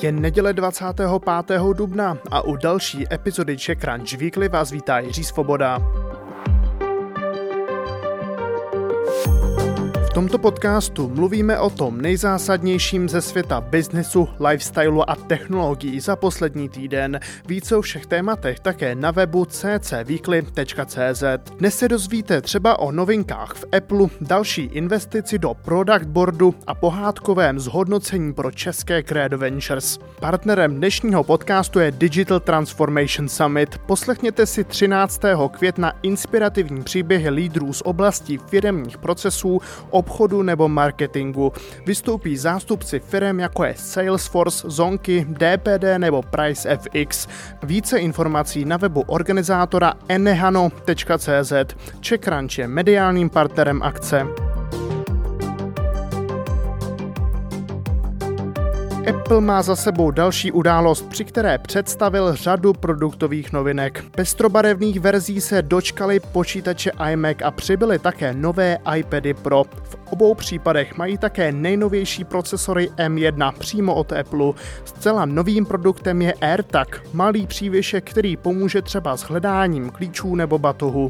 Je neděle 25. dubna a u další epizody Czech Crunch Weekly vás vítá Jiří Svoboda. V tomto podcastu mluvíme o tom nejzásadnějším ze světa biznesu, lifestylu a technologií za poslední týden. Více o všech tématech také na webu ccweekly.cz. Dnes se dozvíte třeba o novinkách v Apple, další investici do Product Boardu a pohádkovém zhodnocení pro české Credo Ventures. Partnerem dnešního podcastu je Digital Transformation Summit. Poslechněte si 13. května inspirativní příběhy lídrů z oblasti firemních procesů, obchodu nebo marketingu. Vystoupí zástupci firem jako je Salesforce, Zonky, DPD nebo PriceFX. Více informací na webu organizátora enehano.cz. Czech Crunch je mediálním partnerem akce. Apple má za sebou další událost, při které představil řadu produktových novinek. Pestrobarevných verzí se dočkali počítače iMac a přibyly také nové iPady Pro. V obou případech mají také nejnovější procesory M1 přímo od Apple. Zcela novým produktem je AirTag, malý přívěšek, který pomůže třeba s hledáním klíčů nebo batohu.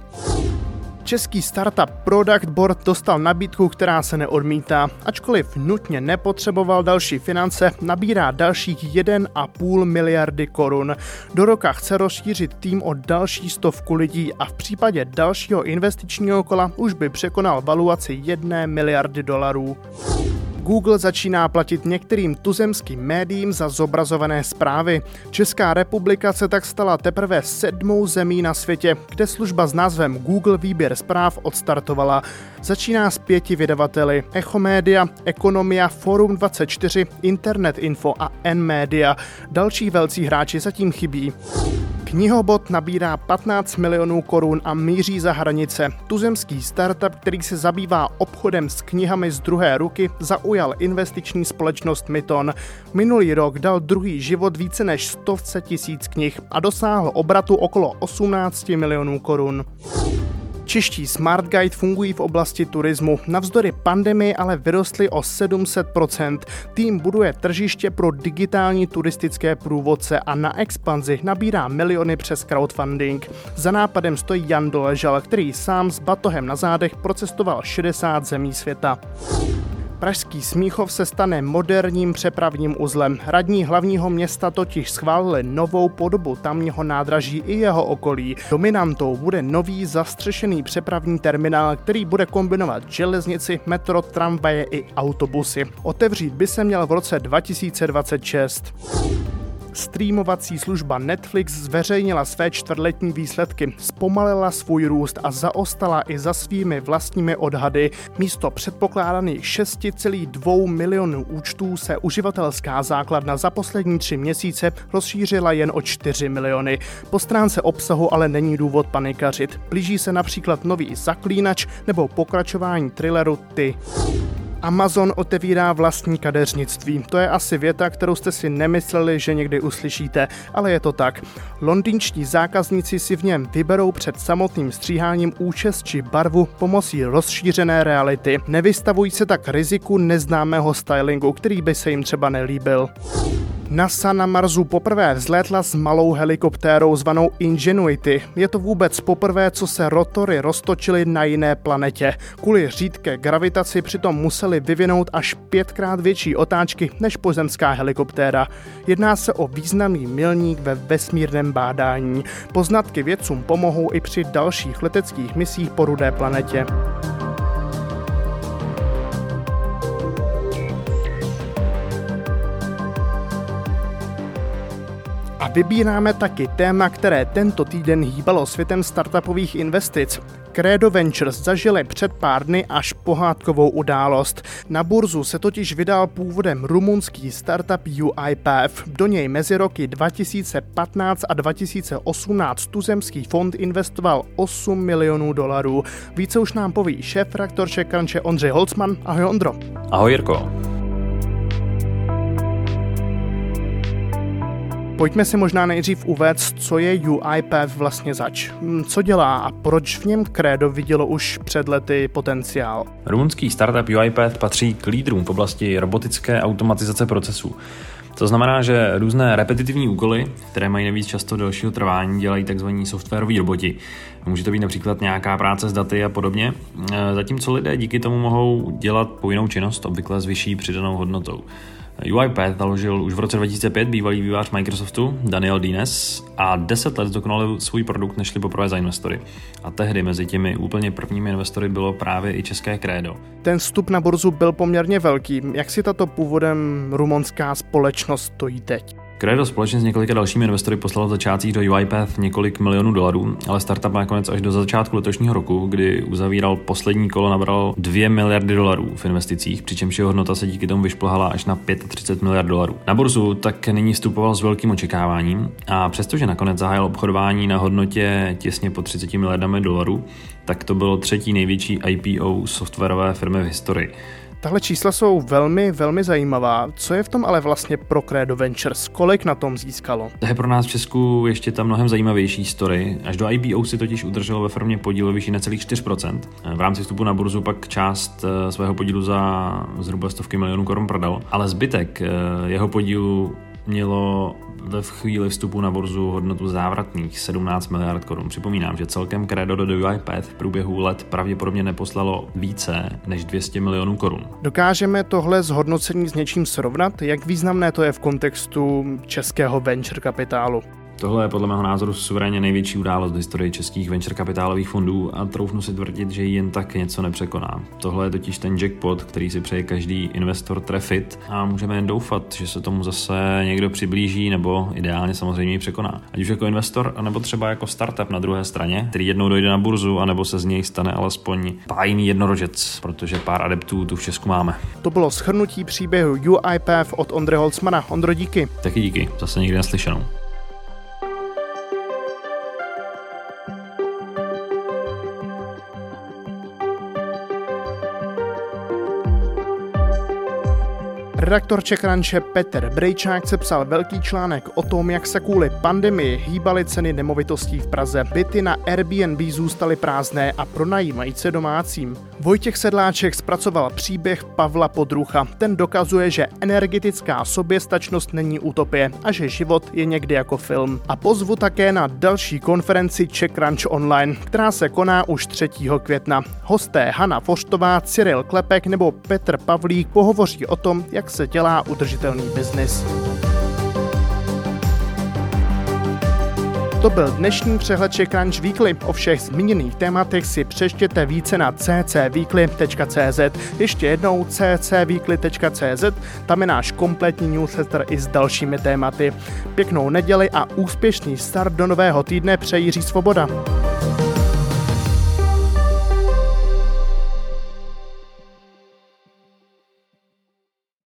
Český startup Product Board dostal nabídku, která se neodmítá. Ačkoliv nutně nepotřeboval další finance, nabírá dalších 1,5 miliardy korun. Do roka chce rozšířit tým o další 100 lidí a v případě dalšího investičního kola už by překonal valuaci 1 miliardy dolarů. Google začíná platit některým tuzemským médiím za zobrazované zprávy. Česká republika se tak stala teprve 7. zemí na světě, kde služba s názvem Google výběr zpráv odstartovala. Začíná s 5 vydavateli: Echo Media, Ekonomia, Forum 24, Internet Info a N-Media. Další velcí hráči zatím chybí. Knihobot nabírá 15 milionů korun a míří za hranice. Tuzemský startup, který se zabývá obchodem s knihami z druhé ruky, zaujal investiční společnost Myton. Minulý rok dal druhý život více než 100 000 knih a dosáhl obratu okolo 18 milionů korun. Čeští Smart Guide fungují v oblasti turismu. Navzdory pandemii ale vyrostly o 700%. Tým buduje tržiště pro digitální turistické průvodce a na expanzi nabírá miliony přes crowdfunding. Za nápadem stojí Jan Doležal, který sám s batohem na zádech procestoval 60 zemí světa. Pražský Smíchov se stane moderním přepravním uzlem. Radní hlavního města totiž schválili novou podobu tamního nádraží i jeho okolí. Dominantou bude nový zastřešený přepravní terminál, který bude kombinovat železnici, metro, tramvaje i autobusy. Otevřít by se měl v roce 2026. Streamovací služba Netflix zveřejnila své čtvrtletní výsledky, zpomalila svůj růst a zaostala i za svými vlastními odhady. Místo předpokládaných 6,2 milionů účtů se uživatelská základna za poslední 3 měsíce rozšířila jen o 4 miliony. Po stránce obsahu ale není důvod panikařit. Blíží se například nový Zaklínač nebo pokračování thrilleru Ty. Amazon otevírá vlastní kadeřnictví. To je asi věta, kterou jste si nemysleli, že někdy uslyšíte, ale je to tak. Londýnští zákazníci si v něm vyberou před samotným stříháním účes či barvu pomocí rozšířené reality. Nevystavují se tak riziku neznámého stylingu, který by se jim třeba nelíbil. NASA na Marsu poprvé vzlétla s malou helikoptérou zvanou Ingenuity. Je to vůbec poprvé, co se rotory roztočily na jiné planetě. Kvůli řídké gravitaci přitom museli vyvinout až 5krát větší otáčky než pozemská helikoptéra. Jedná se o významný milník ve vesmírném bádání. Poznatky vědcům pomohou i při dalších leteckých misích po rudé planetě. A vybíráme taky téma, které tento týden hýbalo světem startupových investic. Credo Ventures zažili před pár dny až pohádkovou událost. Na burzu se totiž vydal původem rumunský startup UiPath. Do něj mezi roky 2015 a 2018 tuzemský fond investoval 8 milionů dolarů. Více už nám poví šéfredaktor Czech Crunche Ondřej Holcman. Ahoj Ondro. Ahoj Jirko. Pojďme si možná nejdřív uvést, co je UiPath vlastně zač. Co dělá a proč v něm Credo vidělo už před lety potenciál? Rumunský startup UiPath patří k lídrům v oblasti robotické automatizace procesů. To znamená, že různé repetitivní úkoly, které mají navíc často delšího trvání, dělají tzv. Softwaroví roboti. Může to být například nějaká práce s daty a podobně, zatímco lidé díky tomu mohou dělat povinnou činnost, obvykle s vyšší přidanou hodnotou. UiPath založil už v roce 2005 bývalý vývojář Microsoftu Daniel Dines a 10 let zdokonalil svůj produkt, než šli poprvé za investory. A tehdy mezi těmi úplně prvními investory bylo právě i české Credo. Ten vstup na burzu byl poměrně velký. Jak si tato původem rumunská společnost stojí teď? Credo společně s několika dalšími investory poslalo v začátcích do UiPath několik milionů dolarů, ale startup nakonec až do začátku letošního roku, kdy uzavíral poslední kolo, nabral 2 miliardy dolarů v investicích, přičemž jeho hodnota se díky tomu vyšplhala až na 35 miliard dolarů. Na burzu tak nyní vstupoval s velkým očekáváním a přestože nakonec zahájil obchodování na hodnotě těsně po 30 miliardami dolarů, tak to bylo třetí největší IPO softwarové firmy v historii. Tahle čísla jsou velmi zajímavá. Co je v tom ale vlastně pro Credo Ventures? Kolik na tom získalo? To je pro nás v Česku ještě ta mnohem zajímavější story. Až do IPO si totiž udrželo ve firmě podíl ve výši necelých 4%. V rámci vstupu na burzu pak část svého podílu za zhruba stovky milionů korun prodal, ale zbytek jeho podílu mělo ve chvíli vstupu na burzu hodnotu závratných 17 miliard korun. Připomínám, že celkem Credo do UiPath v průběhu let pravděpodobně neposlalo více než 200 milionů korun. Dokážeme tohle zhodnocení s něčím srovnat? Jak významné to je v kontextu českého venture kapitálu? Tohle je podle mého názoru suverénně největší událost v historii českých venture kapitálových fondů a troufnu si tvrdit, že jen tak něco nepřekoná. Tohle je totiž ten jackpot, který si přeje každý investor trefit a můžeme jen doufat, že se tomu zase někdo přiblíží nebo ideálně samozřejmě překoná. Ať už jako investor, anebo třeba jako startup na druhé straně, který jednou dojde na burzu, anebo se z něj stane alespoň pájný jednorožec, protože pár adeptů tu v Česku máme. To bylo shrnutí příběhu UiPath od Ondry Holcmana. Ondro, díky. Taky díky, zase někdy naslyšenou. Redaktor CzechCrunche Petr Brejčák sepsal velký článek o tom, jak se kvůli pandemii hýbaly ceny nemovitostí v Praze. Byty na Airbnb zůstaly prázdné a pronajímají se domácím. Vojtěch Sedláček zpracoval příběh Pavla Podrucha. Ten dokazuje, že energetická soběstačnost není utopie a že život je někdy jako film. A pozvu také na další konferenci CzechCrunch Online, která se koná už 3. května. Hosté Hana Foštová, Cyril Klepek nebo Petr Pavlík pohovoří o tom, jak se dělá udržitelný biznis. To byl dnešní přehled CzechCrunch Weekly. O všech zmíněných tématech si přečtěte více na ccweekly.cz. Ještě jednou ccweekly.cz, tam je náš kompletní newsletter i s dalšími tématy. Pěknou neděli a úspěšný start do nového týdne přeji Jiří Svoboda.